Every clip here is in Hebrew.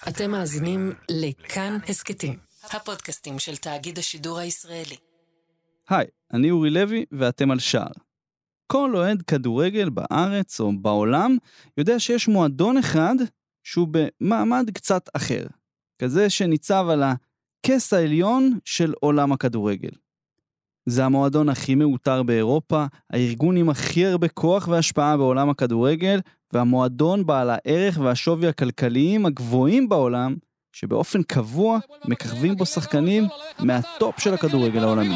אתם מאזינים לכאן הסקטים, הפודקאסטים של תאגיד השידור הישראלי. היי, אני אורי לוי ואתם על שער. כל אוהד כדורגל בארץ או בעולם יודע שיש מועדון אחד שהוא במעמד קצת אחר. כזה שניצב על הכס העליון של עולם הכדורגל. זה המועדון הכי מאותר באירופה, הארגון עם הכי הרבה כוח והשפעה בעולם הכדורגל, והמועדון בעל הערך והשווי הכלכליים הגבוהים בעולם, שבאופן קבוע מככבים בו שחקנים מהטופ של הכדורגל העולמי.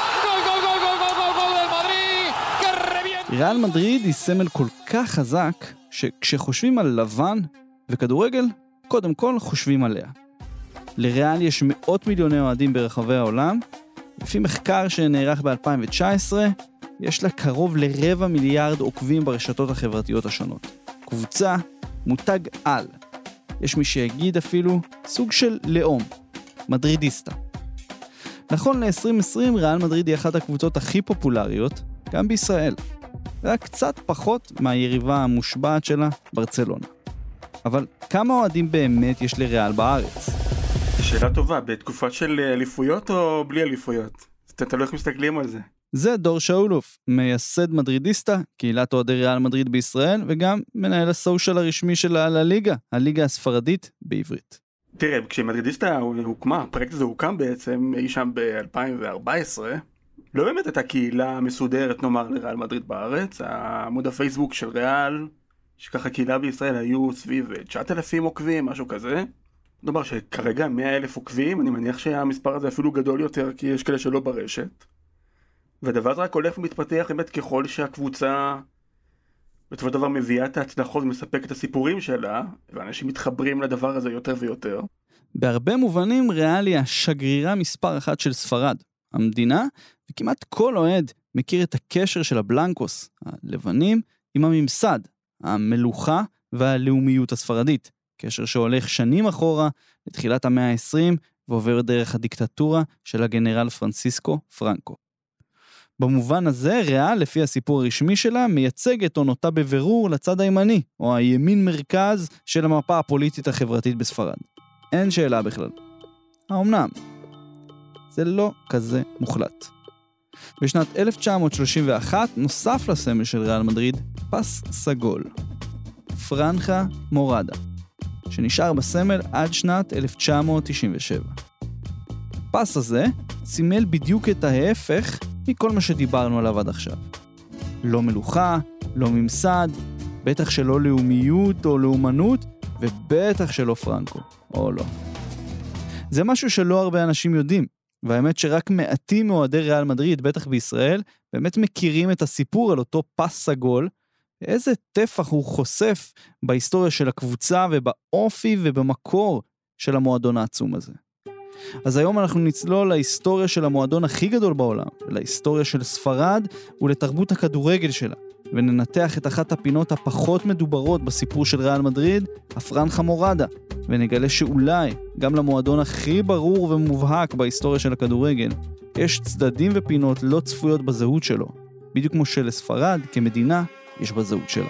ריאל מדריד היא סמל כל כך חזק, שכשחושבים על לבן וכדורגל, קודם כל חושבים עליה. לריאל יש מאות מיליוני אוהדים ברחבי העולם, לפי מחקר שנערך ב-2019, יש לה קרוב ל250 מיליון עוקבים ברשתות החברתיות השונות. קבוצה, מותג על. יש מי שיגיד אפילו סוג של לאום, מדרידיסטה. נכון ל-2020, ריאל מדריד היא אחת הקבוצות הכי פופולריות, גם בישראל. רק קצת פחות מהיריבה המושבעת שלה, ברצלונה. אבל כמה אוהדים באמת יש לריאל בארץ? שאלה טובה, בתקופה של אליפויות או בלי אליפויות? אתה לא איך מסתכלים על זה. זה דור שאולוף, מייסד מדרידיסטה, קהילת אוהדי ריאל מדריד בישראל, וגם מנהל הסושיאל הרשמי של הליגה, הליגה הספרדית בעברית. תראה, כשמדרידיסטה הוקמה, הפרויקט הזה הוקם בעצם אי שם ב-2014, לא באמת הייתה קהילה מסודרת, נאמר, לריאל מדריד בארץ. עמוד הפייסבוק של ריאל, שככה קהילה בישראל היו סביב 9,000 עוקבים, משהו כזה. נאמר שכרגע 100,000 עוקבים, אני מניח שהמספר הזה אפילו גדול יותר, כי יש כאלה שלא ברשת. והדבר הזה רק הולך ומתפתח באמת ככל שהקבוצה בסופו של דבר מביאה את ההצלחות ומספק את הסיפורים שלה, ואנשים מתחברים לדבר הזה יותר ויותר. בהרבה מובנים ריאל היא השגרירה מספר אחת של ספרד, המדינה, וכמעט כל אוהד מכיר את הקשר של הבלנקוס, הלבנים, עם הממסד, המלוכה והלאומיות הספרדית. קשר שהולך שנים אחורה לתחילת המאה ה-20 ועובר דרך הדיקטטורה של הגנרל פרנסיסקו פרנקו. במובן הזה, ריאל, לפי הסיפור הרשמי שלה, מייצג את עונותה בבירור לצד הימני, או הימין מרכז של המפה הפוליטית החברתית בספרד. אין שאלה בכלל. האומנם? זה לא כזה מוחלט. בשנת 1931 נוסף לסמל של ריאל מדריד פס סגול. פרנחה מורדה. שנשאר בסמל עד שנת 1997. הפס הזה סימל בדיוק את ההפך מכל מה שדיברנו עליו עד עכשיו. לא מלוכה, לא ממסד, בטח שלא לאומיות או לאומנות, ובטח שלא פרנקו, או לא. זה משהו שלא הרבה אנשים יודעים, והאמת שרק מעטים מאוהדי ריאל מדריד, בטח בישראל, באמת מכירים את הסיפור על אותו פס סגול, איזה טפח הוא חושף בהיסטוריה של הקבוצה ובאופי ובמקור של המועדון העצום הזה. אז היום אנחנו נצלול להיסטוריה של המועדון הכי גדול בעולם, להיסטוריה של ספרד ולתרבות הכדורגל שלה, וננתח את אחת הפינות הפחות מדוברות בסיפור של ריאל מדריד, הפרנחה מורדה, ונגלה שאולי גם למועדון הכי ברור ומובהק בהיסטוריה של הכדורגל, יש צדדים ופינות לא צפויות בזהות שלו, בדיוק כמו שלספרד כמדינה יש בזהות שלה.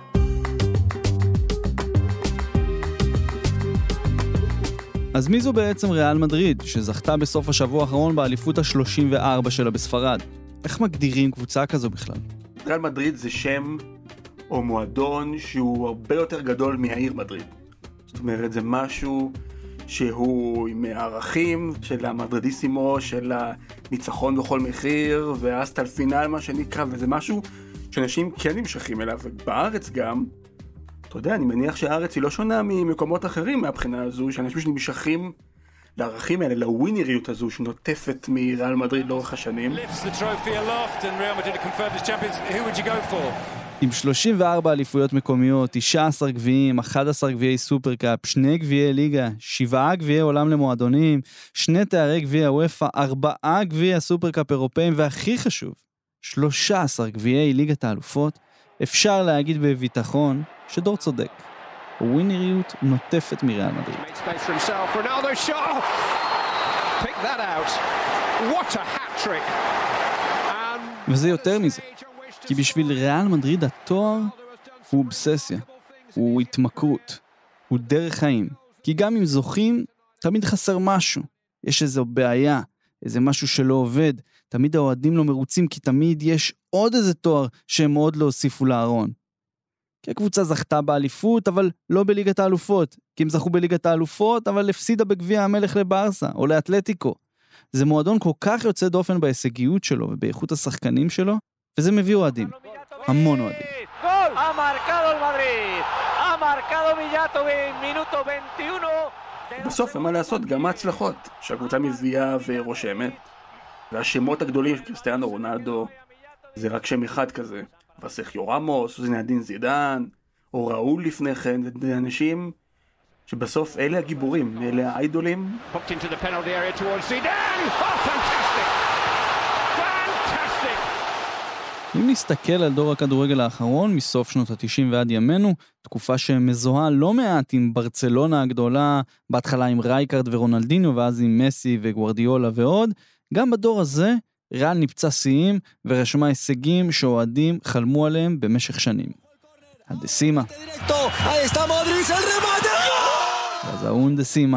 אז מי זו בעצם ריאל מדריד, שזכתה בסוף השבוע האחרון באליפות ה-34 שלה בספרד? איך מגדירים קבוצה כזו בכלל? ריאל מדריד זה שם או מועדון שהוא הרבה יותר גדול מהעיר מדריד. זאת אומרת, זה משהו שהוא עם הערכים של המדרידיסימו, של הניצחון בכל מחיר, והסט על פינל מה שנקרא, וזה משהו שאנשים כן נמשכים אליו, ובארץ גם, אתה יודע, אני מניח שהארץ היא לא שונה ממקומות אחרים מהבחינה הזו, שאנשים שנמשכים לערכים האלה, לווינריות הזו שנוטפת מריאל מדריד לאורך השנים. עם 34 אליפויות מקומיות, 19 גביעים, 11 גביעי סופרקאפ, 2 גביעי ליגה, 7 גביעי עולם למועדונים, 2 תארי גביע וופא, 4 גביעי הסופרקאפ אירופאים, והכי חשוב, 13 גביעי ליגת האלופות, אפשר להגיד בביטחון שדור צודק. ווינריות נוטפת מריאל מדריד. וזה יותר מזה, כי בשביל ריאל מדריד התואר הוא אובססיה, הוא התמכרות, הוא דרך חיים, כי גם אם זוכים, תמיד חסר משהו. יש איזו בעיה, איזה משהו שלא עובד. תמיד האוהדים לא מרוצים, כי תמיד יש עוד איזה תואר שהם עוד לא הוסיפו לארון. כי הקבוצה זכתה באליפות, אבל לא בליגת האלופות. כי הם זכו בליגת האלופות, אבל הפסידה בגביע המלך לברסה, או לאתלטיקו. זה מועדון כל כך יוצא דופן בהישגיות שלו, ובאיכות השחקנים שלו, וזה מביא אוהדים. המון אוהדים. Gol! Ha marcado el Madrid. Ha marcado Villato en minuto 21. בסוף, מה לעשות, גם ההצלחות שהקבוצה מביאה ורושמת, והשמות הגדולים של קריסטיאנו רונלדו, זה רק שם אחד כזה. וסרחיו רמוס, זינדין זידן, או ראול לפני כן, זה אנשים שבסוף אלה הגיבורים, אלה האיידולים. Hooked into the penalty area towards Zidane. Oh, fantastic! Fantastic! אם נסתכל על דור הכדורגל האחרון, מסוף שנות ה-90 ועד ימינו, תקופה שמזוהה לא מעט עם ברצלונה הגדולה, בהתחלה עם רייקארד ורונלדיניו, ואז עם מסי וגוארדיולה ועוד, גם בדור הזה, ריאל ניפצה שיאים ורשמה הישגים שאוהדים חלמו עליהם במשך שנים. הדסימה. אז האון דסימה.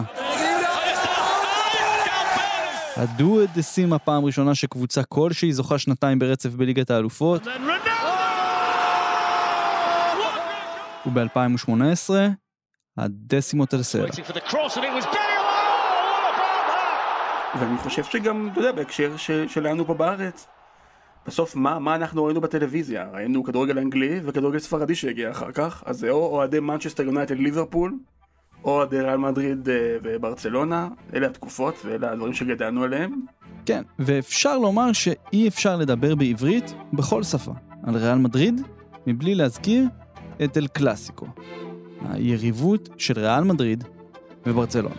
הדו את דסימה פעם ראשונה שקבוצה כלשהי זוכה שנתיים ברצף בליגת האלופות. וב-2018, הדסימו טרסרה. ואני חושב שגם, אתה יודע, בהקשר שלנו פה בארץ, בסוף מה אנחנו ראינו בטלוויזיה? ראינו כדורגל אנגלי וכדורגל ספרדי שהגיע אחר כך, אז זה או אוהדי מנצ'סטר יונייטד ליברפול, או אוהדי ריאל מדריד וברצלונה, אלה התקופות ואלה הדברים שגדלנו עליהם. כן, ואפשר לומר שאי אפשר לדבר בעברית בכל שפה על ריאל מדריד, מבלי להזכיר את אל קלאסיקו, היריבות של ריאל מדריד וברצלונה.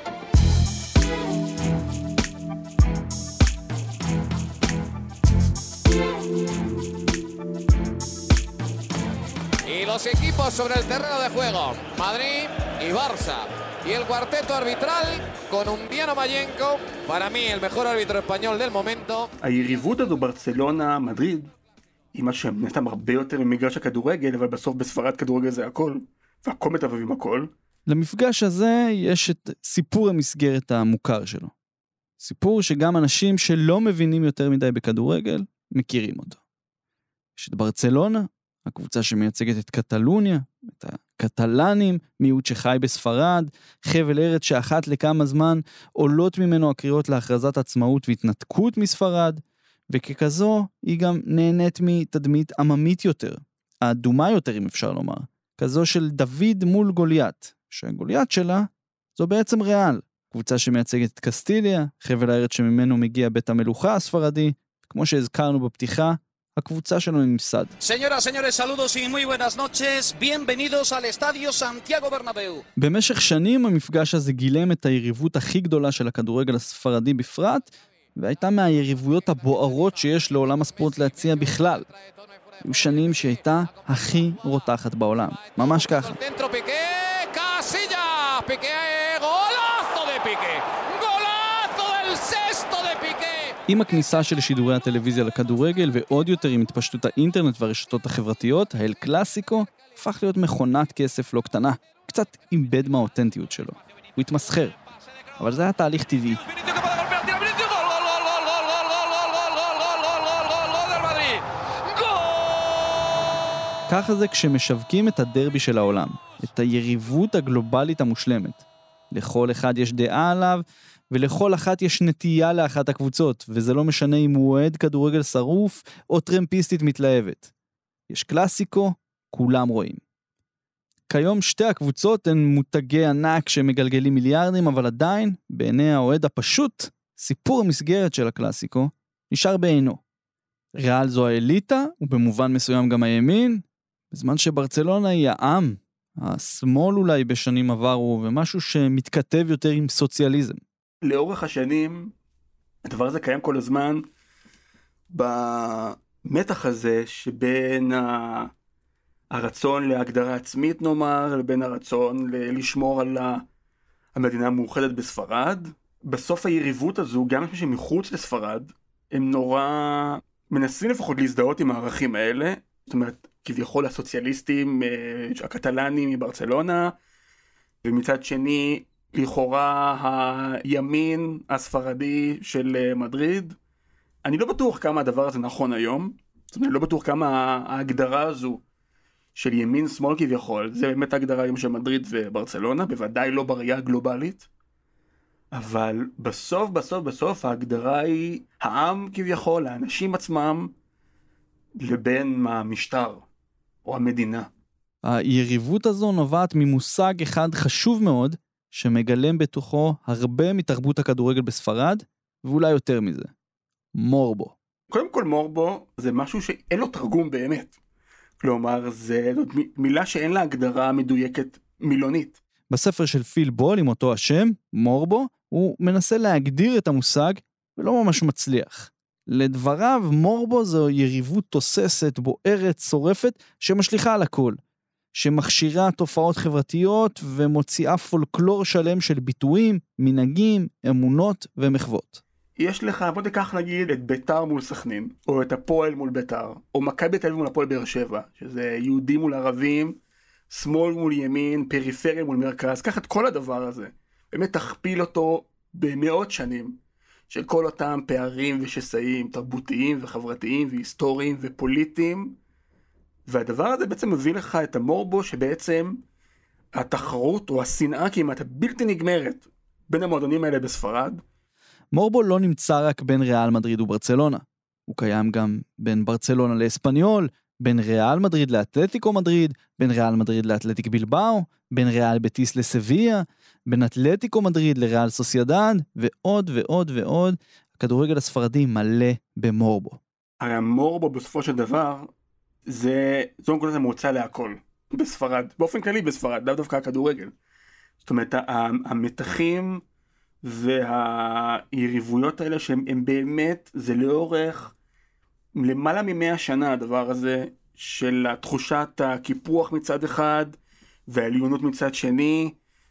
Los equipos sobre el terreno de juego, Madrid y Barça. Y el cuarteto arbitral con Undiano Mayenko, para mí el mejor árbitro español del momento. היריבות הזו ברצלונה, מדריד, היא מה שנתן הרבה יותר ממגרש הכדורגל, אבל בסוף בספרד כדורגל זה הכל, והכל מתערבב עם הכל. למפגש הזה יש את סיפור המסגרת המוכר שלו. סיפור שגם אנשים שלא מבינים יותר מדי בכדורגל, מכירים אותו. יש את ברצלונה, הקבוצה שמייצגת את קטלוניה, את הקטלנים, מיעוט שחי בספרד, חבל ארץ שאחת לכמה זמן עולות ממנו הקריאות להכרזת עצמאות והתנתקות מספרד, וככזו היא גם נהנית מתדמית עממית יותר, האדומה יותר אם אפשר לומר, כזו של דוד מול גוליית, שהגוליית שלה זו בעצם ריאל, קבוצה שמייצגת את קסטיליה, חבל הארץ שממנו מגיע בית המלוכה הספרדי, כמו שהזכרנו בפתיחה, הקבוצה שלנו נמסד. Señoras, señores, saludos y muy buenas noches. Bienvenidos al Estadio Santiago Bernabéu. במשך שנים המפגש הזה גילם את היריבות הכי גדולה של הכדורגל הספרדי בפרט, והייתה מהיריבויות הבוערות שיש לעולם הספורט להציע בכלל. היו שנים שהייתה הכי רותחת בעולם. ממש ככה. עם הכניסה של שידורי הטלוויזיה לכדורגל, ועוד יותר עם התפשטות האינטרנט והרשתות החברתיות, האל קלאסיקו הפך להיות מכונת כסף לא קטנה. קצת איבד מהאותנטיות שלו. הוא התמסחר. אבל זה היה תהליך טבעי. ככה זה כשמשווקים את הדרבי של העולם, את היריבות הגלובלית המושלמת. לכל אחד יש דעה עליו, ולכל אחת יש נטייה לאחת הקבוצות, וזה לא משנה אם הוא אוהד כדורגל שרוף או טרמפיסטית מתלהבת. יש קלאסיקו, כולם רואים. כיום שתי הקבוצות הן מותגי ענק שמגלגלים מיליארדים, אבל עדיין, בעיני האוהד הפשוט, סיפור המסגרת של הקלאסיקו נשאר בעינו. ריאל זו האליטה, ובמובן מסוים גם הימין, בזמן שברצלונה היא העם, השמאל אולי בשנים עברו, ומשהו שמתכתב יותר עם סוציאליזם. לאורך השנים, הדבר הזה קיים כל הזמן, במתח הזה שבין הרצון להגדרה עצמית נאמר, לבין הרצון לשמור על המדינה המאוחדת בספרד. בסוף היריבות הזו, גם אנשים שמחוץ לספרד, הם נורא מנסים לפחות להזדהות עם הערכים האלה. זאת אומרת, כביכול הסוציאליסטים, הקטלנים מברצלונה, ומצד שני, לכאורה הימין הספרדי של מדריד. אני לא בטוח כמה הדבר הזה נכון היום, זאת אומרת, אני לא בטוח כמה ההגדרה הזו של ימין שמאל כביכול, זה באמת ההגדרה היום של מדריד וברצלונה, בוודאי לא בראייה הגלובלית, אבל בסוף ההגדרה היא העם כביכול, האנשים עצמם, לבין המשטר או המדינה. היריבות הזו נובעת ממושג אחד חשוב מאוד, שמגלם בתוכו הרבה מתרבות הכדורגל בספרד, ואולי יותר מזה. מורבו. קודם כל מורבו זה משהו שאין לו תרגום באמת. כלומר, זאת מילה שאין לה הגדרה מדויקת מילונית. בספר של פיל בול עם אותו השם, מורבו, הוא מנסה להגדיר את המושג, ולא ממש מצליח. לדבריו, מורבו זו יריבות תוססת, בוערת, שורפת, שמשליחה על הכל. שמכשירה תופעות חברתיות ומוציאה פולקלור שלם של ביטויים, מנהגים, אמונות ומחוות. יש לך, בוא תיקח נגיד את ביתר מול סכנין, או את הפועל מול ביתר, או מכבי תל אביב מול הפועל באר שבע, שזה יהודים מול ערבים, שמאל מול ימין, פריפריה מול מרכז, קח את כל הדבר הזה, באמת תכפיל אותו במאות שנים, של כל אותם פערים ושסעים, תרבותיים וחברתיים והיסטוריים ופוליטיים, והדבר הזה בעצם מביא לך את המורבו שבעצם התחרות או השנאה כמעט בלתי נגמרת בין המועדונים האלה בספרד. מורבו לא נמצא רק בין ריאל מדריד וברצלונה. הוא קיים גם בין ברצלונה לאספניול, בין ריאל מדריד לאתלטיקו מדריד, בין ריאל מדריד לאתלטיק בילבאו, בין ריאל בטיס לסביה, בין אתלטיקו מדריד לריאל סוסיידד, ועוד ועוד ועוד. הכדורגל הספרדי מלא במורבו. הרי המורבו בסופו של דבר, זה מוצא להכל בספרד, באופן כללי בספרד, לאו דווקא הכדורגל. זאת אומרת, המתחים והיריבויות האלה שהם באמת, זה לאורך למעלה מ100 שנה הדבר הזה, של תחושת הקיפוח מצד אחד, והעליונות מצד שני,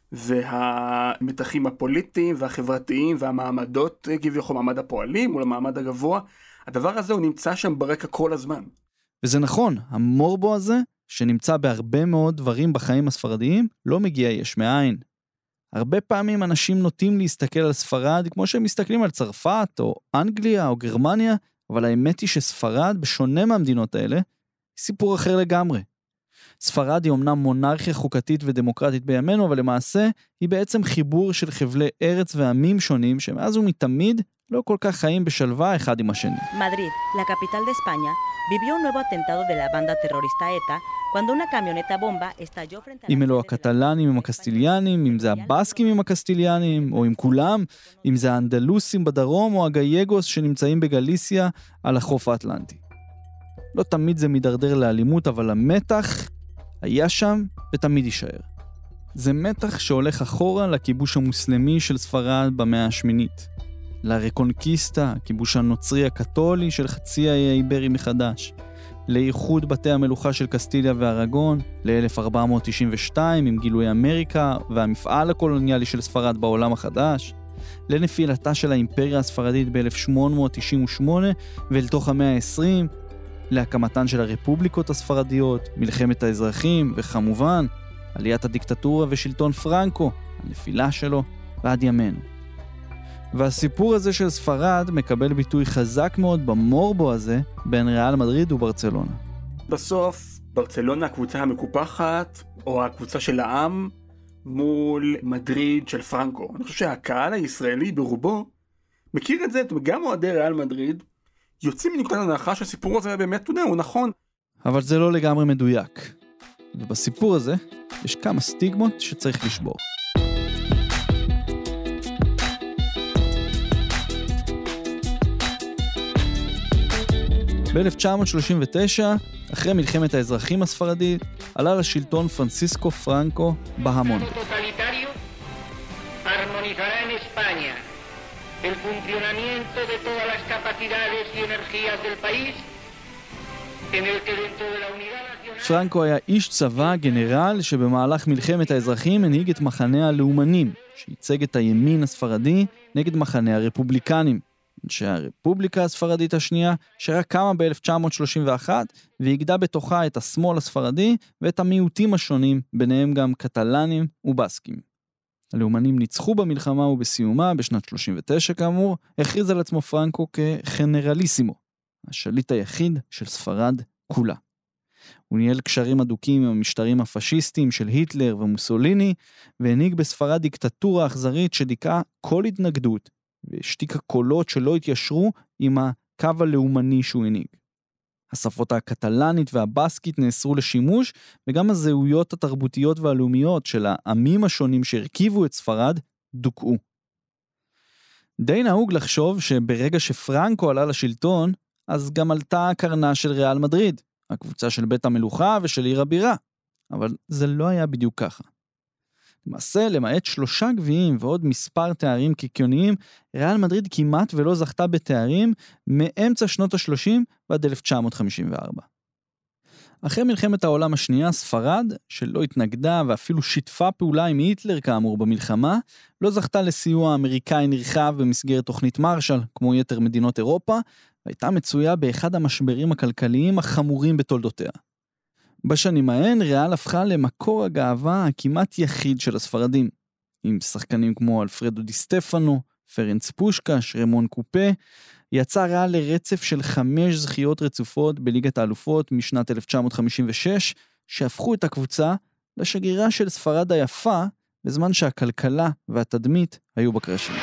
והמתחים הפוליטיים והחברתיים והמעמדות, כביכול מעמד הפועלים מול המעמד הגבוה, הדבר הזה הוא נמצא שם ברקע כל הזמן. וזה נכון, המורבו הזה, שנמצא בהרבה מאוד דברים בחיים הספרדיים, לא מגיע יש מאין. הרבה פעמים אנשים נוטים להסתכל על ספרד, כמו שהם מסתכלים על צרפת, או אנגליה, או גרמניה, אבל האמת היא שספרד, בשונה מהמדינות האלה, היא סיפור אחר לגמרי. ספרד היא אומנם מונרכיה חוקתית ודמוקרטית בימינו, אבל למעשה היא בעצם חיבור של חבלי ארץ ועמים שונים, שמאז ומתמיד לא כל כך חיים בשלווה אחד עם השני. Madrid, la capital de España, vivió un nuevo atentado de la banda terrorista ETA cuando una camioneta bomba estalló frente a... אם אלו הקטלנים עם הקסטיליאנים, אם זה הבאסקים עם הקסטיליאנים, או עם כולם, אם זה האנדלוסים בדרום או הגייגוס שנמצאים בגליסיה על החוף האטלנטי. לא תמיד זה מדרדר לאלימות, אבל המתח היה שם ותמיד יישאר. זה מתח שהולך אחורה לכיבוש המוסלמי של ספרד במאה השמינית. לרקונקיסטה, הכיבוש הנוצרי הקתולי של חצי האי האיברי מחדש. לאיחוד בתי המלוכה של קסטיליה וארגון, ל-1492 עם גילוי אמריקה והמפעל הקולוניאלי של ספרד בעולם החדש. לנפילתה של האימפריה הספרדית ב-1898 ואל תוך המאה ה-20, להקמתן של הרפובליקות הספרדיות, מלחמת האזרחים, וכמובן, עליית הדיקטטורה ושלטון פרנקו, הנפילה שלו, ועד ימינו. והסיפור הזה של ספרד מקבל ביטוי חזק מאוד במורבו הזה, בין ריאל מדריד וברצלונה. בסוף, ברצלונה הקבוצה המקופחת, או הקבוצה של העם, מול מדריד של פרנקו. אני חושב שהקהל הישראלי ברובו, מכיר את זה, גם אוהדי ריאל מדריד, יוצאים מנקודת הנחה שהסיפור הזה באמת, הוא נכון. אבל זה לא לגמרי מדויק. ובסיפור הזה, יש כמה סטיגמות שצריך לשבור. ב-1939, אחרי מלחמת האזרחים הספרדית, עלה לשלטון פרנסיסקו פרנקו בהמונטה. el funcionamiento de todas las capacidades y energías del país, en el que dentro de la unidad nacional... פרנקו היה איש צבא, גנרל, שבמהלך מלחמת האזרחים הנהיג את מחנה הלאומנים, שייצג את הימין הספרדי נגד מחנה הרפובליקנים. אנשי הרפובליקה הספרדית השנייה, שרק קמה ב-1931, והגדה בתוכה את השמאל הספרדי ואת המיעוטים השונים, ביניהם גם קטלנים ובסקים. הלאומנים ניצחו במלחמה ובסיומה בשנת 39 כאמור, הכריז על עצמו פרנקו כחנרליסימו, השליט היחיד של ספרד כולה. הוא ניהל קשרים אדוקים עם המשטרים הפשיסטיים של היטלר ומוסוליני, והנהיג בספרד דיקטטורה אכזרית שדיכאה כל התנגדות, והשתיקה קולות שלא התיישרו עם הקו הלאומני שהוא הנהיג. השפות הקטלנית והבסקית נאסרו לשימוש, וגם הזהויות התרבותיות והלאומיות של העמים השונים שהרכיבו את ספרד דוכאו. די נהוג לחשוב שברגע שפרנקו עלה לשלטון, אז גם עלתה הקרנה של ריאל מדריד, הקבוצה של בית המלוכה ושל עיר הבירה. אבל זה לא היה בדיוק ככה. למעשה, למעט 3 גביעים ועוד מספר תארים קיקיוניים, ריאל מדריד כמעט ולא זכתה בתארים מאמצע שנות ה-30 ועד 1954. אחרי מלחמת העולם השנייה, ספרד, שלא התנגדה ואפילו שיתפה פעולה עם היטלר כאמור במלחמה, לא זכתה לסיוע אמריקאי נרחב במסגרת תוכנית מרשל, כמו יתר מדינות אירופה, והייתה מצויה באחד המשברים הכלכליים החמורים בתולדותיה. בשנים ההן ריאל הפכה למקור הגאווה הכמעט יחיד של הספרדים, עם שחקנים כמו אלפרדו די סטפנו, פרנץ פושקש, רמון קופה, יצא ריאל לרצף של 5 זכיות רצופות בליגת האלופות משנת 1956, שהפכו את הקבוצה לשגרירה של ספרד היפה, בזמן שהכלכלה והתדמית היו בקרשים.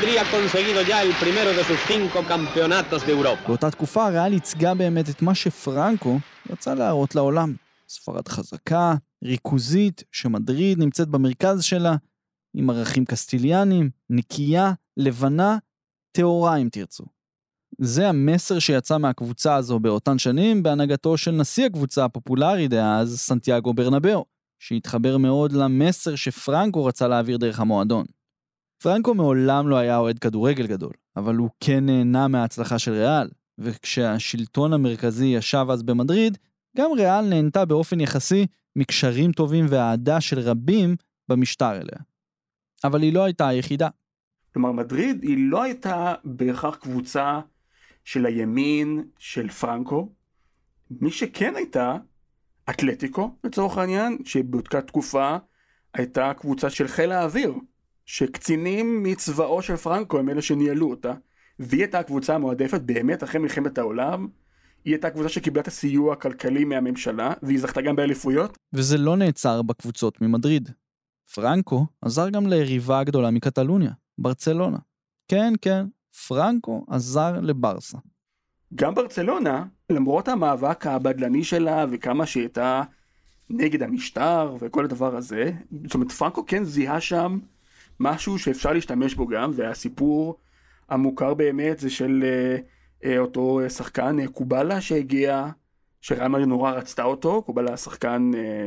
באותה תקופה ריאל ייצגה באמת את מה שפרנקו רצה להראות לעולם. ספרד חזקה, ריכוזית, שמדריד נמצאת במרכז שלה, עם ערכים קסטיליאנים, נקייה, לבנה, טהורה אם תרצו. זה המסר שיצא מהקבוצה הזו באותן שנים, בהנהגתו של נשיא הקבוצה הפופולרי דאז, סנטיאגו ברנבאו, שהתחבר מאוד למסר שפרנקו רצה להעביר דרך המועדון. פרנקו מעולם לא היה אוהד כדורגל גדול, אבל הוא כן נהנה מההצלחה של ריאל, וכשהשלטון המרכזי ישב אז במדריד, גם ריאל נהנתה באופן יחסי מקשרים טובים והעדה של רבים במשטר אליה. אבל היא לא הייתה היחידה. כלומר, מדריד היא לא הייתה בהכרח קבוצה של הימין של פרנקו. מי שכן הייתה, אתלטיקו, לצורך העניין, שבאותה תקופה הייתה קבוצה של חיל האוויר, שקצינים מצבאו של פרנקו הם אלה שניהלו אותה, והיא הייתה הקבוצה המועדפת באמת אחרי מלחמת העולם. היא הייתה קבוצה שקיבלה את הסיוע הכלכלי מהממשלה, והיא זכתה גם באליפויות. וזה לא נעצר בקבוצות ממדריד. פרנקו עזר גם ליריבה הגדולה מקטלוניה, ברצלונה. כן, פרנקו עזר לברסה. גם ברצלונה, למרות המאבק הבדלני שלה, וכמה שהיא הייתה נגד המשטר, וכל הדבר הזה, זאת אומרת, פרנקו כן זיהה שם משהו שאפשר להשתמש בו גם, והסיפור המוכר באמת זה של אותו שחקן קובלה שהגיע, שריאל מדריד נורא רצתה אותו, קובלה השחקן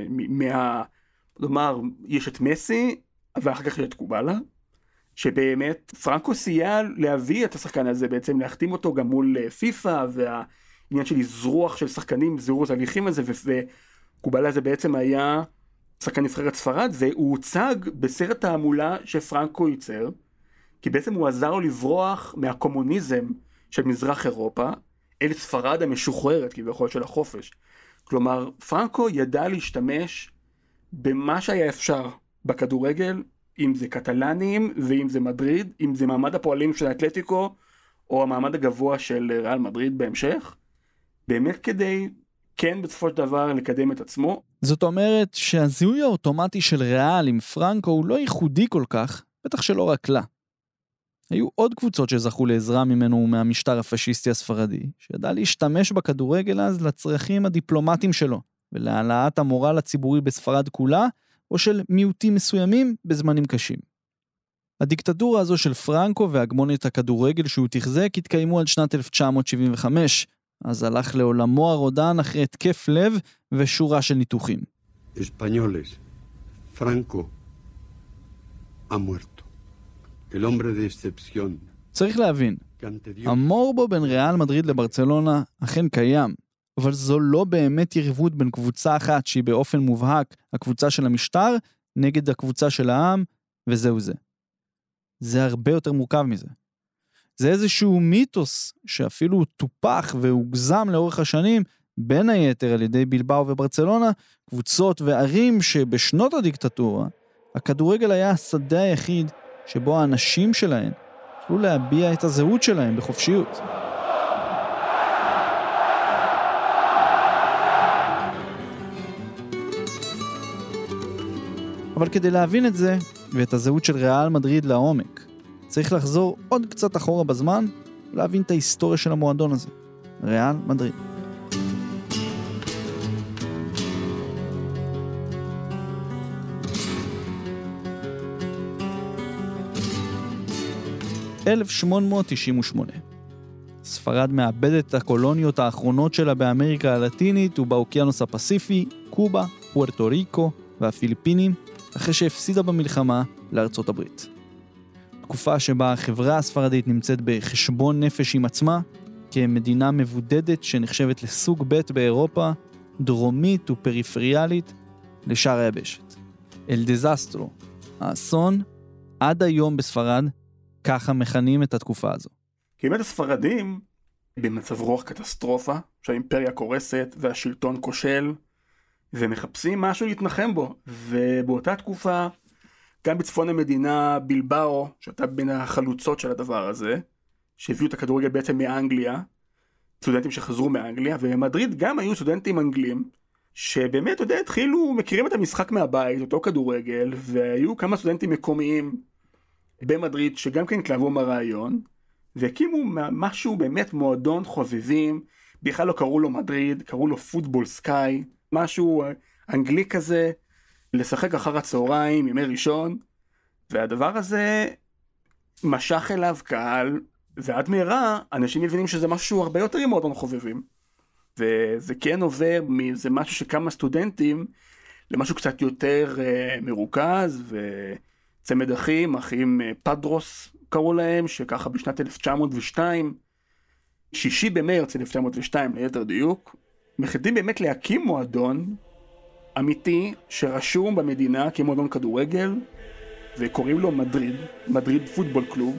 כלומר, יש את מסי, ואחר כך יש את קובלה, שבאמת פרנקו סייע להביא את השחקן הזה, בעצם להחתים אותו גם מול פיפה, והעניין של אזרוח של שחקנים, זירוז הליכים הזה, וקובלה הזה בעצם היה שחקן נבחרת ספרד, והוא הוצג בסרט תעמולה שפרנקו ייצר, כי בעצם הוא עזר לו לברוח מהקומוניזם של מזרח אירופה, אל ספרד המשוחררת, כביכול של החופש. כלומר, פרנקו ידע להשתמש במה שהיה אפשר בכדורגל, אם זה קטלנים, ואם זה מדריד, אם זה מעמד הפועלים של האתלטיקו, או המעמד הגבוה של ריאל מדריד בהמשך, באמת כדי, כן בסופו של דבר, לקדם את עצמו. זאת אומרת שהזיהוי האוטומטי של ריאל עם פרנקו הוא לא ייחודי כל כך, בטח שלא רק לה. היו עוד קבוצות שזכו לעזרה ממנו מהמשטר הפשיסטי הספרדי, שידע להשתמש בכדורגל אז לצרכים הדיפלומטיים שלו, ולהעלאת המורל הציבורי בספרד כולה, או של מיעוטים מסוימים בזמנים קשים. הדיקטטורה הזו של פרנקו והגמוניית הכדורגל שהוא תחזק התקיימו עד שנת 1975, אז הלך לעולמו הרודן אחרי התקף לב ושורה של ניתוחים. Españoles, Franco ha muerto. El hombre de excepción. צריך להבין, המורבו בין ריאל מדריד לברצלונה אכן קיים, אבל זו לא באמת יריבות בין קבוצה אחת שהיא באופן מובהק הקבוצה של המשטר נגד הקבוצה של העם, וזהו זה. זה הרבה יותר מורכב מזה. זה איזשהו מיתוס שאפילו טופח והוגזם לאורך השנים, בין היתר על ידי בילבאו וברצלונה, קבוצות וערים שבשנות הדיקטטורה, הכדורגל היה השדה היחיד שבו האנשים שלהם יכלו להביע את הזהות שלהם בחופשיות. אבל כדי להבין את זה, ואת הזהות של ריאל מדריד לעומק, צריך לחזור עוד קצת אחורה בזמן, ולהבין את ההיסטוריה של המועדון הזה. ריאל מדריד. ב-1898. ספרד מאבדת את הקולוניות האחרונות שלה באמריקה הלטינית ובאוקיינוס הפסיפי, קובה, פוארטו ריקו והפיליפינים, אחרי שהפסידה במלחמה לארצות הברית. תקופה שבה החברה הספרדית נמצאת בחשבון נפש עם עצמה, כמדינה מבודדת שנחשבת לסוג ב' באירופה, דרומית ופריפריאלית לשאר היבשת. אל דזסטרו, האסון, עד היום בספרד, ככה מכנים את התקופה הזו. כי באמת הספרדים במצב רוח קטסטרופה, שהאימפריה קורסת והשלטון כושל, ומחפשים משהו להתנחם בו. ובאותה תקופה, גם בצפון המדינה בילבאו, שהייתה בין החלוצות של הדבר הזה, שהביאו את הכדורגל בעצם מאנגליה, סטודנטים שחזרו מאנגליה, ומדריד גם היו סטודנטים אנגלים, שבאמת, אתה יודע, התחילו, מכירים את המשחק מהבית, אותו כדורגל, והיו כמה סטודנטים מקומיים במדריד, שגם כן התלהבו מהרעיון, והקימו משהו באמת מועדון חובבים, בכלל לא קראו לו מדריד, קראו לו פוטבול סקאי, משהו אנגלי כזה, לשחק אחר הצהריים, ימי ראשון, והדבר הזה משך אליו קהל, ועד מהרה אנשים מבינים שזה משהו הרבה יותר עם מועדון חובבים, וזה כן עובר מזה משהו שכמה סטודנטים, למשהו קצת יותר מרוכז, וצמד אחים פדרוס קראו להם, שככה בשנת 1902, 6 במרץ 1902 ליתר דיוק, מחליטים באמת להקים מועדון אמיתי שרשום במדינה כמועדון כדורגל, וקוראים לו מדריד פוטבול קלוב.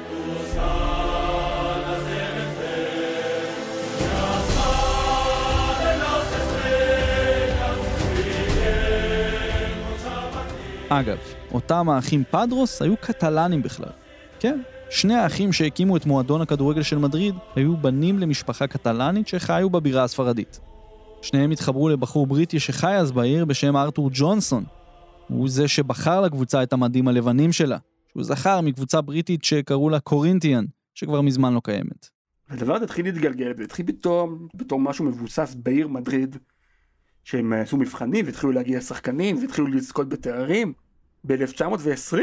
אגב, אותם האחים פדרוס היו קטלנים בכלל. כן, שני האחים שהקימו את מועדון הכדורגל של מדריד היו בנים למשפחה קטלנית שחיו בבירה הספרדית. שניהם התחברו לבחור בריטי שחי אז בעיר בשם ארתור ג'ונסון. הוא זה שבחר לקבוצה את המדים הלבנים שלה, שהוא זכר מקבוצה בריטית שקראו לה קורינתיאן, שכבר מזמן לא קיימת. הדבר הזה התחיל להתגלגל, והתחיל בתור משהו מבוסס בעיר מדריד, שהם עשו מבחנים והתחילו להגיע שחקנים והתחילו לזכות בתארים. ב-1920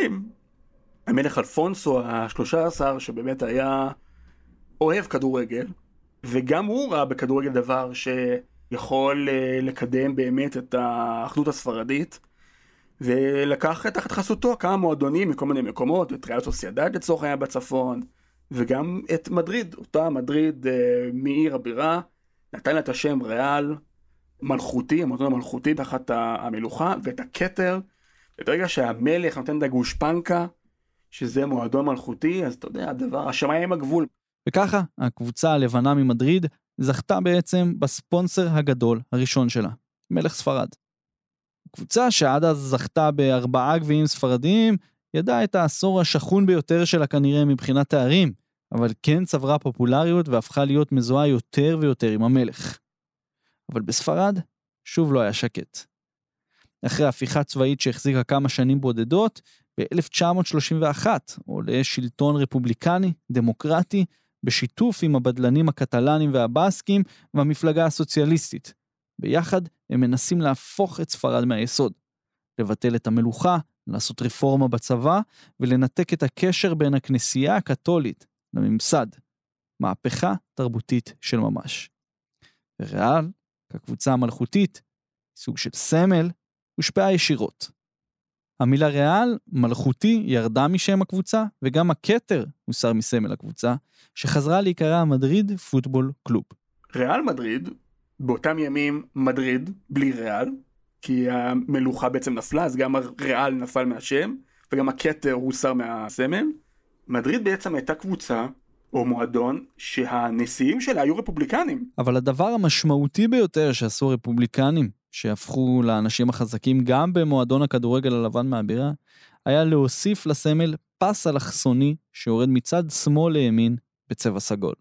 המלך אלפונסו ה-13, שבאמת היה אוהב כדורגל, וגם הוא ראה בכדורגל דבר שיכול לקדם באמת את האחדות הספרדית, ולקח תחת חסותו כמה מועדונים מכל מיני מקומות, את ריאל סוסיידד לצורך היה בצפון, וגם את מדריד, אותה מדריד מעיר הבירה, נתן לה את השם ריאל מלכותי, המועדון המלכותי תחת המלוכה, ואת הכתר, וברגע שהמלך נותן את הגושפנקה, שזה מועדון מלכותי, אז אתה יודע, השמיים הגבול. וככה, הקבוצה הלבנה ממדריד זכתה בעצם בספונסר הגדול הראשון שלה, מלך ספרד. הקבוצה שעד אז זכתה ב4 גביעים ספרדיים, ידעה את העשור השכון ביותר שלה כנראה מבחינת תארים, אבל כן צברה פופולריות והפכה להיות מזוהה יותר ויותר עם המלך. אבל בספרד שוב לא היה שקט. אחרי הפיכה צבאית שהחזיקה כמה שנים בודדות, ב-1931 עולה שלטון רפובליקני, דמוקרטי, בשיתוף עם הבדלנים הקטלנים והבאסקים והמפלגה הסוציאליסטית. ביחד הם מנסים להפוך את ספרד מהיסוד, לבטל את המלוכה, לעשות רפורמה בצבא, ולנתק את הקשר בין הכנסייה הקתולית לממסד. מהפכה תרבותית של ממש. וריאל, כקבוצה המלכותית, סוג של סמל, הושפעה ישירות. המילה ריאל, מלכותי, ירדה משם הקבוצה, וגם הכתר הוסר מסמל הקבוצה, שחזרה להיקרא מדריד פוטבול קלוב. ריאל מדריד, באותם ימים מדריד, בלי ריאל, כי המלוכה בעצם נפלה, אז גם הריאל נפל מהשם, וגם הכתר הוסר מהסמל. מדריד בעצם הייתה קבוצה או מועדון שהנשיאים שלה היו רפובליקנים. אבל הדבר המשמעותי ביותר שעשו הרפובליקנים, שהפכו לאנשים החזקים גם במועדון הכדורגל הלבן מהבירה, היה להוסיף לסמל פס אלכסוני שיורד מצד שמאל לימין בצבע סגול.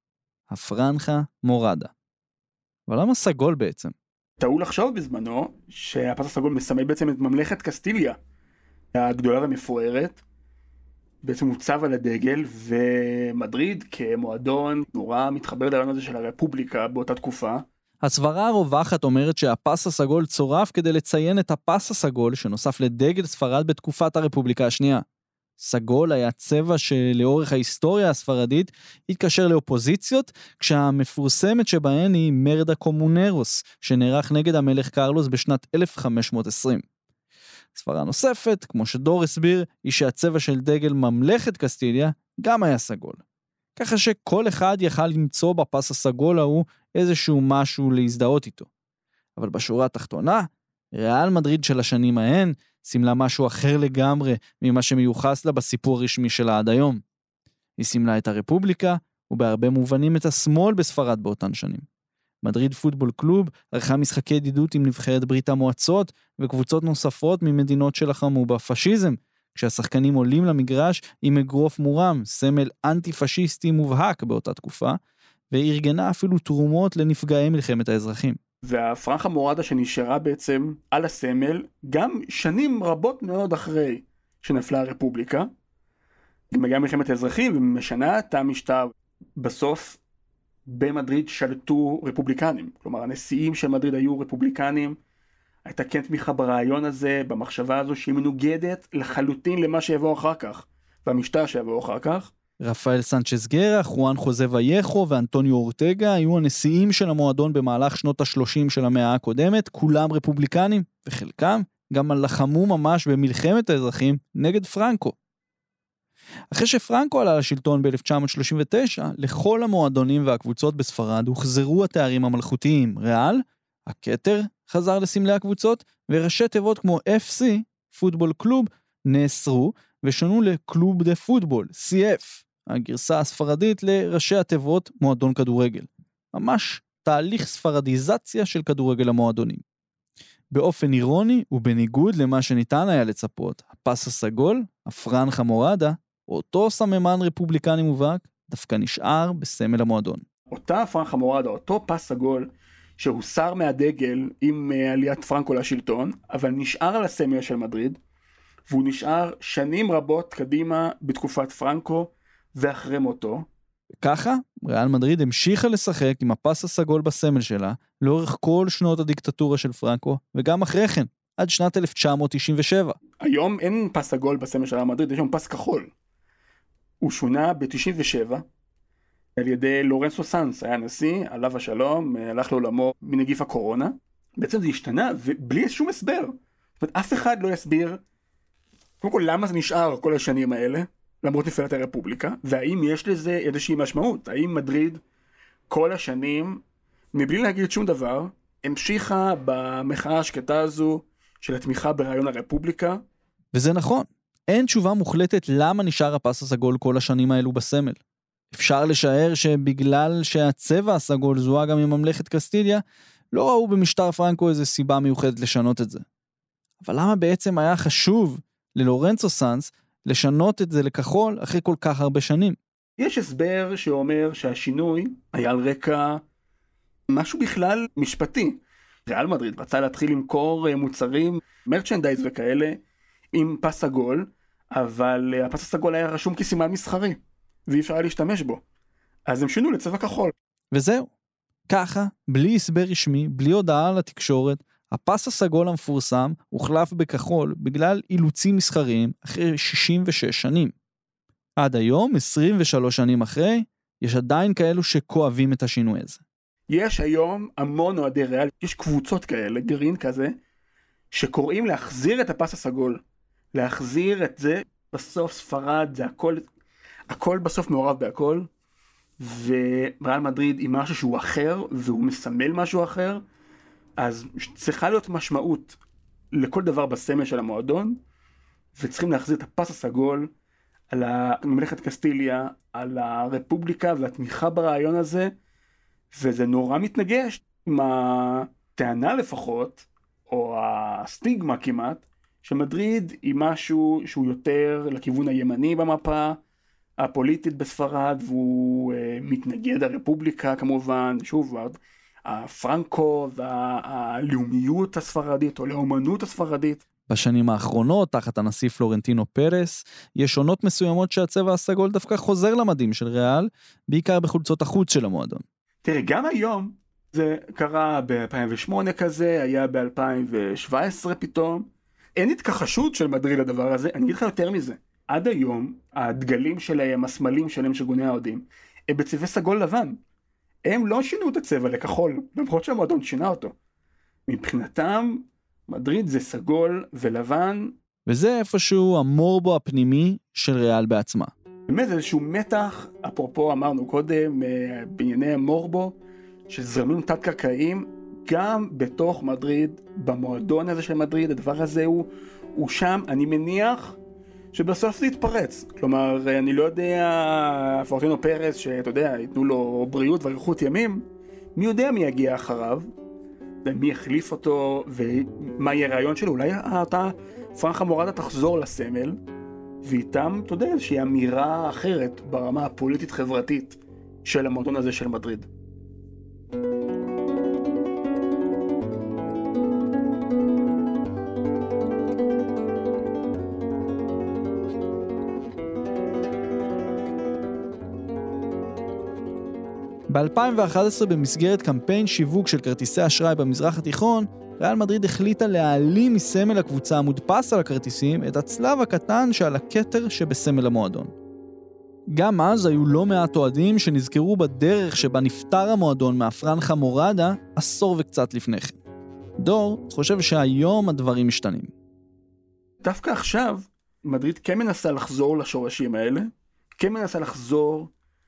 הפרנחה מורדה. אבל למה סגול בעצם? טעו לחשוב בזמנו שהפס הסגול מסמל בעצם את ממלכת קסטיליה, הגדולה והמפוארת. בעצם הוצב על הדגל, ומדריד כמועדון נורא מתחבר לרעיון הזה של הרפובליקה באותה תקופה. הסברה הרווחת אומרת שהפס הסגול צורף כדי לציין את הפס הסגול שנוסף לדגל ספרד בתקופת הרפובליקה השנייה. סגול היה צבע שלאורך ההיסטוריה הספרדית התקשר לאופוזיציות, כשהמפורסמת שבהן היא מרדה קומונרוס, שנערך נגד המלך קרלוס בשנת 1520. סברה נוספת, כמו שדור הסביר, היא שהצבע של דגל ממלכת קסטיליה גם היה סגול. ככה שכל אחד יכל למצוא בפס הסגול ההוא איזשהו משהו להזדהות איתו. אבל בשורה התחתונה, ריאל מדריד של השנים ההן סימלה משהו אחר לגמרי ממה שמיוחס לה בסיפור הרשמי שלה עד היום. היא סימלה את הרפובליקה, ובהרבה מובנים את השמאל בספרד באותן שנים. מדריד פוטבול קלוב ערכה משחקי ידידות עם נבחרת ברית המועצות וקבוצות נוספות ממדינות שלחמו בפשיזם, כשהשחקנים עולים למגרש עם אגרוף מורם, סמל אנטי-פשיסטי מובהק באותה תקופה, וארגנה אפילו תרומות לנפגעי מלחמת האזרחים. והפרנחה מורדה שנשארה בעצם על הסמל גם שנים רבות מאוד אחרי שנפלה הרפובליקה, מגיעה מלחמת האזרחים ומשנה את המשטר. בסוף במדריד שלטו רפובליקנים, כלומר הנשיאים של מדריד היו רפובליקנים. הייתה כן תמיכה ברעיון הזה, במחשבה הזו שהיא מנוגדת לחלוטין למה שיבוא אחר כך, והמשטר שיבוא אחר כך. רפאל סנצ'ז גרה, חואן חוזה וייחו ואנטוניו אורטגה היו הנשיאים של המועדון במהלך שנות ה-30 של המאה הקודמת, כולם רפובליקנים, וחלקם גם לחמו ממש במלחמת האזרחים נגד פרנקו. אחרי שפרנקו עלה לשלטון ב-1939, לכל המועדונים והקבוצות בספרד הוחזרו התארים המלכותיים. ריאל, הכתר חזר לסמלי הקבוצות, וראשי תיבות כמו FC, פוטבול קלוב, נאסרו ושונו לקלוב דה פוטבול, CF, הגרסה הספרדית לראשי התיבות מועדון כדורגל. ממש תהליך ספרדיזציה של כדורגל המועדונים. באופן אירוני ובניגוד למה שניתן היה לצפות, הפס הסגול, הפרנחה מורדה, אותו סממן רפובליקני מובהק, דווקא נשאר בסמל המועדון. אותה פרנחה מורדה, אותו פס סגול, שהוסר מהדגל עם עליית פרנקו לשלטון, אבל נשאר על הסמל של מדריד, והוא נשאר שנים רבות קדימה בתקופת פרנקו ואחרי מותו. ככה, ריאל מדריד המשיכה לשחק עם הפס הסגול בסמל שלה, לאורך כל שנות הדיקטטורה של פרנקו, וגם אחרי כן, עד שנת 1997. היום אין פס סגול בסמל של ריאל מדריד, יש שם פס כחול. הוא שונה ב-97, על ידי לורנסו סאנס, היה נשיא, עליו השלום, הלך לעולמו מנגיף הקורונה. בעצם זה השתנה, ובלי שום הסבר. זאת אומרת, אף אחד לא יסביר, קודם כל, למה זה נשאר כל השנים האלה, למרות נפילת הרפובליקה, והאם יש לזה איזושהי משמעות? האם מדריד כל השנים, מבלי להגיד שום דבר, המשיכה במחאה השקטה הזו של התמיכה ברעיון הרפובליקה? וזה נכון. אין תשובה מוחלטת למה נשאר הפס הסגול כל השנים האלו בסמל. אפשר לשער שבגלל שהצבע הסגול זוהה גם עם ממלכת קסטיליה, לא ראו במשטר פרנקו איזו סיבה מיוחדת לשנות את זה. אבל למה בעצם היה חשוב ללורנצו סאנס לשנות את זה לכחול אחרי כל כך הרבה שנים? יש הסבר שאומר שהשינוי היה על רקע משהו בכלל משפטי. ריאל מדריד רצה להתחיל למכור מוצרים, מרצ'נדייז וכאלה, עם פס סגול, אבל הפס הסגול היה רשום כסימן מסחרי, ואי אפשר היה להשתמש בו. אז הם שינו לצבע כחול. וזהו. ככה, בלי הסבר רשמי, בלי הודעה לתקשורת, הפס הסגול המפורסם הוחלף בכחול בגלל אילוצים מסחריים אחרי 66 שנים. עד היום, 23 שנים אחרי, יש עדיין כאלו שכואבים את השינוי הזה. יש היום המון אוהדי ריאל, יש קבוצות כאלה, גרעין כזה, שקוראים להחזיר את הפס הסגול. להחזיר את זה, בסוף ספרד, זה הכל בסוף מעורב בהכל, וריאל מדריד היא משהו שהוא אחר, והוא מסמל משהו אחר, אז צריכה להיות משמעות לכל דבר בסמל של המועדון, וצריכים להחזיר את הפס הסגול על ממלכת קסטיליה, על הרפובליקה והתמיכה ברעיון הזה, וזה נורא מתנגש עם הטענה לפחות, או הסטיגמה כמעט, שמדריד היא משהו שהוא יותר לכיוון הימני במפה הפוליטית בספרד, והוא מתנגד הרפובליקה כמובן, שוב, הפרנקו והלאומיות הספרדית או לאומנות הספרדית. בשנים האחרונות, תחת הנשיא פלורנטינו פרס, יש שונות מסוימות שהצבע הסגול דווקא חוזר למדים של ריאל, בעיקר בחולצות החוץ של המועדון. תראה, גם היום, זה קרה ב-2008 כזה, היה ב-2017 פתאום, אין התכחשות של מדריד לדבר הזה, אני אגיד לך יותר מזה. עד היום, הדגלים שלהם, הסמלים שלהם של ארגוני האוהדים, הם בצבעי סגול לבן. הם לא שינו את הצבע לכחול, למרות שהמועדון שינה אותו. מבחינתם, מדריד זה סגול ולבן. וזה איפשהו המורבו הפנימי של ריאל בעצמה. באמת זה איזשהו מתח, אפרופו אמרנו קודם, בענייני המורבו, שזרמים תת-קרקעיים, גם בתוך מדריד, במועדון הזה של מדריד, הדבר הזה הוא שם, אני מניח שבסוף זה יתפרץ. כלומר, אני לא יודע, פלורנטינו פרס, שאתה יודע, ייתנו לו בריאות ואריכות ימים, מי יודע מי יגיע אחריו, ומי יחליף אותו, ומה יהיה הרעיון שלו. אולי אתה, פרנחה מורדה, תחזור לסמל, ואיתם, אתה יודע, איזושהי אמירה אחרת ברמה הפוליטית-חברתית של המועדון הזה של מדריד. ב-2011 במסגרת קמפיין שיווק של כרטיסי אשראי במזרח התיכון, ריאל מדריד החליטה להעלים מסמל הקבוצה המודפס על הכרטיסים את הצלב הקטן שעל הכתר שבסמל המועדון. גם אז היו לא מעט אוהדים שנזכרו בדרך שבה נפטר המועדון מהפרנחה מורדה עשור וקצת לפני כן. דור חושב שהיום הדברים משתנים. דווקא עכשיו מדריד כן מנסה לחזור לשורשים האלה, כן מנסה לחזור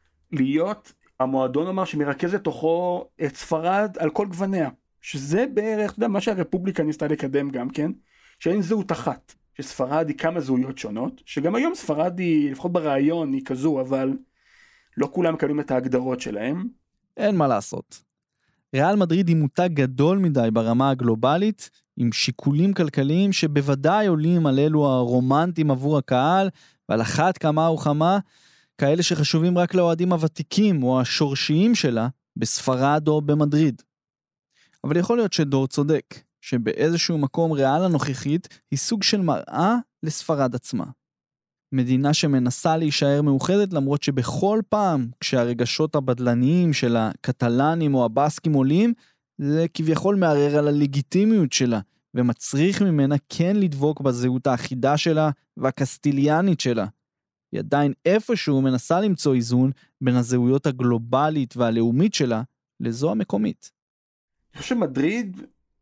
להיות המועדון אמר שמרכז לתוכו את ספרד על כל גווניה, שזה בערך, אתה יודע, מה שהרפובליקה ניסתה לקדם גם כן, שאין זהות אחת, שספרד היא כמה זהויות שונות, שגם היום ספרד היא, לפחות ברעיון היא כזו, אבל לא כולם מקבלים את ההגדרות שלהם. אין מה לעשות. ריאל מדריד היא מותג גדול מדי ברמה הגלובלית, עם שיקולים כלכליים שבוודאי עולים על אלו הרומנטיים עבור הקהל, ועל אחת כמה וכמה, כאלה שחשובים רק לאוהדים הוותיקים או השורשיים שלה בספרד או במדריד. אבל יכול להיות שדור צודק, שבאיזשהו מקום ריאל הנוכחית היא סוג של מראה לספרד עצמה. מדינה שמנסה להישאר מאוחדת למרות שבכל פעם כשהרגשות הבדלניים של הקטלנים או הבאסקים עולים, זה כביכול מערער על הלגיטימיות שלה, ומצריך ממנה כן לדבוק בזהות האחידה שלה והקסטיליאנית שלה. היא עדיין איפשהו מנסה למצוא איזון בין הזהויות הגלובלית והלאומית שלה לזו המקומית. אני חושב שמדריד,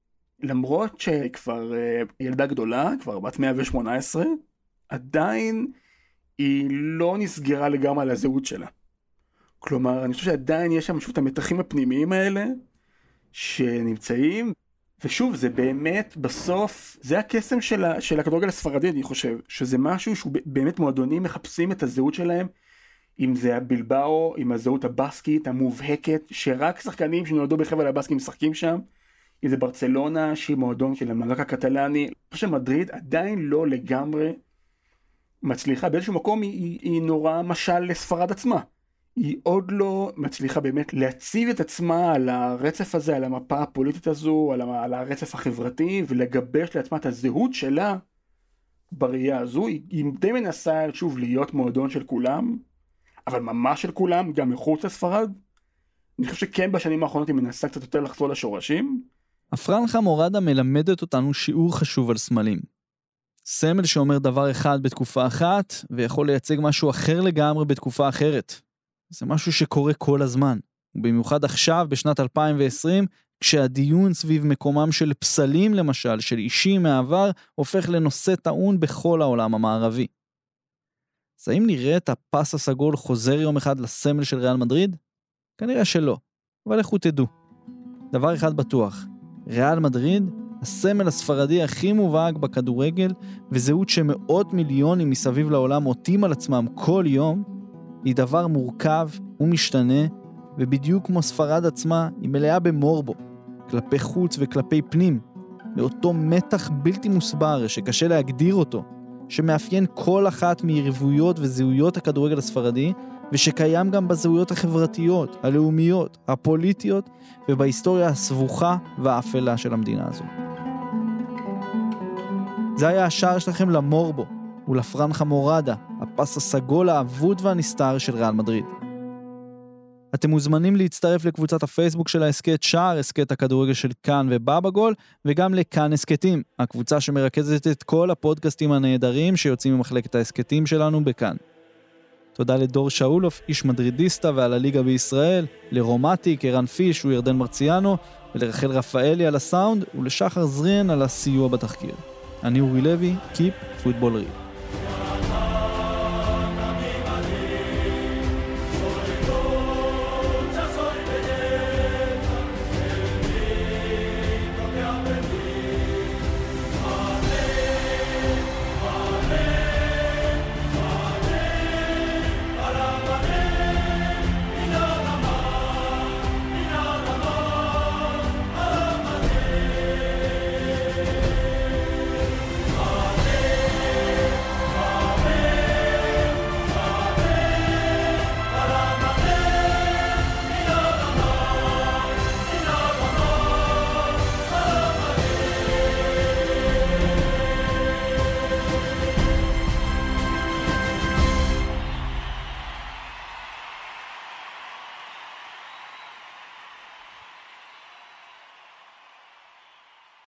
למרות שכבר ילדה גדולה, כבר בת 118, עדיין היא לא נסגרה לגמרי על הזהות שלה. כלומר, אני חושב שעדיין יש שם שוב את המתחים הפנימיים האלה שנמצאים, ושוב, זה באמת בסוף, זה הקסם של הכדורגל הספרדי, אני חושב, שזה משהו שהוא באמת מועדונים מחפשים את הזהות שלהם, אם זה הבלבאו, עם הזהות הבסקית המובהקת, שרק שחקנים שנולדו בחבל הבסקים משחקים שם, אם זה ברצלונה, שהיא מועדון של המאבק הקטלני, אני חושב שמדריד עדיין לא לגמרי מצליחה, באיזשהו מקום היא נורא משל לספרד עצמה. היא עוד לא מצליחה באמת להציב את עצמה על הרצף הזה, על המפה הפוליטית הזו, על הרצף החברתי, ולגבש לעצמה את הזהות שלה בראייה הזו. היא די מנסה שוב להיות מועדון של כולם, אבל ממש של כולם, גם מחוץ לספרד. אני חושב שכן בשנים האחרונות היא מנסה קצת יותר לחזור לשורשים. הפרנחה מורדה מלמדת אותנו שיעור חשוב על סמלים. סמל שאומר דבר אחד בתקופה אחת, ויכול לייצג משהו אחר לגמרי בתקופה אחרת. זה משהו שקורה כל הזמן, ובמיוחד עכשיו בשנת 2020, כשהדיון סביב מקומם של פסלים למשל, של אישים מהעבר, הופך לנושא טעון בכל העולם המערבי. אז האם נראה את הפס הסגול חוזר יום אחד לסמל של ריאל מדריד? כנראה שלא, אבל לכו תדעו. דבר אחד בטוח, ריאל מדריד הסמל הספרדי הכי מובהק בכדורגל, וזהות שמאות מיליונים מסביב לעולם עוטים על עצמם כל יום, היא דבר מורכב ומשתנה, ובדיוק כמו ספרד עצמה, היא מלאה במורבו, כלפי חוץ וכלפי פנים, מאותו מתח בלתי מוסבר שקשה להגדיר אותו, שמאפיין כל אחת מיריבויות וזהויות הכדורגל הספרדי, ושקיים גם בזהויות החברתיות, הלאומיות, הפוליטיות, ובהיסטוריה הסבוכה והאפלה של המדינה הזו. זה היה השער שלכם למורבו, ולפרנחה מורדה, הפס הסגול האבוד והנסתר של ריאל מדריד. אתם מוזמנים להצטרף לקבוצת הפייסבוק של העסקת שער, עסקת הכדורגל של כאן ובאבא גול, וגם לכאן עסקתים, הקבוצה שמרכזת את כל הפודקאסטים הנהדרים שיוצאים ממחלקת העסקתים שלנו בכאן. תודה לדור שאולוף, איש מדרידיסטה ועל הליגה בישראל, לרומטיק, ערן פיש וירדן מרציאנו, ולרחל רפאלי על הסאונד, ולשחר זריאן על הסיוע בתחקיר. אני אורי לוי, Keep Football Real.